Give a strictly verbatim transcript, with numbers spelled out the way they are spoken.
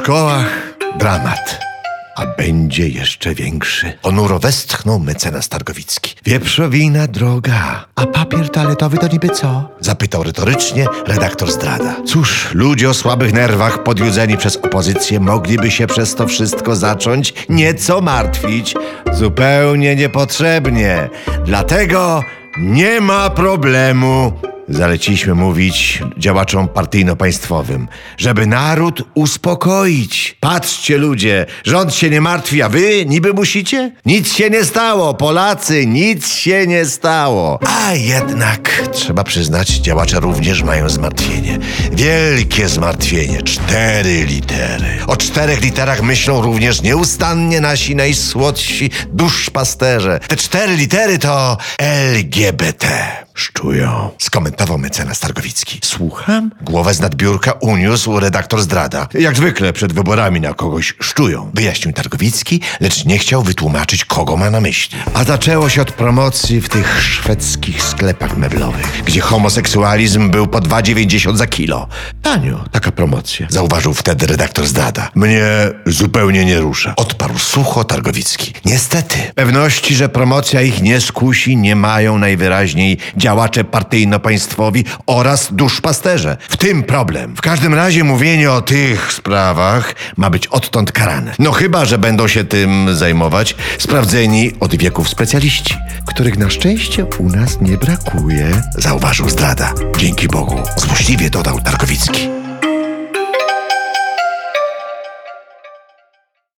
szkołach dramat. A będzie jeszcze większy. Ponuro westchnął mecenas Targowicki. Wieprzowina droga, a papier toaletowy to niby co? Zapytał retorycznie redaktor Zdrada. Cóż, ludzie o słabych nerwach, podjudzeni przez opozycję, mogliby się przez to wszystko zacząć nieco martwić. Zupełnie niepotrzebnie. Dlatego nie ma problemu. Zaleciliśmy mówić działaczom partyjno-państwowym, żeby naród uspokoić. Patrzcie ludzie, rząd się nie martwi, a wy niby musicie? Nic się nie stało, Polacy, nic się nie stało. A jednak, trzeba przyznać, działacze również mają zmartwienie. Wielkie zmartwienie, cztery litery. O czterech literach myślą również nieustannie nasi najsłodsi duszpasterze. Te cztery litery to L G B T. Szczują, skomentował mecenas Targowicki. Słucham? Głowę z nadbiórka uniósł redaktor Zdrada. Jak zwykle przed wyborami na kogoś szczują, wyjaśnił Targowicki, lecz nie chciał wytłumaczyć, kogo ma na myśli. A zaczęło się od promocji w tych szwedzkich sklepach meblowych, gdzie homoseksualizm był po dwa dziewięćdziesiąt za kilo. Tanio, taka promocja, zauważył wtedy redaktor Zdrada. Mnie zupełnie nie rusza, odparł sucho Targowicki. Niestety, pewności, że promocja ich nie skusi, nie mają najwyraźniej działacze partyjno-państwowi oraz duszpasterze. W tym problem. W każdym razie mówienie o tych sprawach ma być odtąd karane. No chyba, że będą się tym zajmować sprawdzeni od wieków specjaliści, których na szczęście u nas nie brakuje, zauważył Zdrada. Dzięki Bogu, złośliwie dodał Targowicki.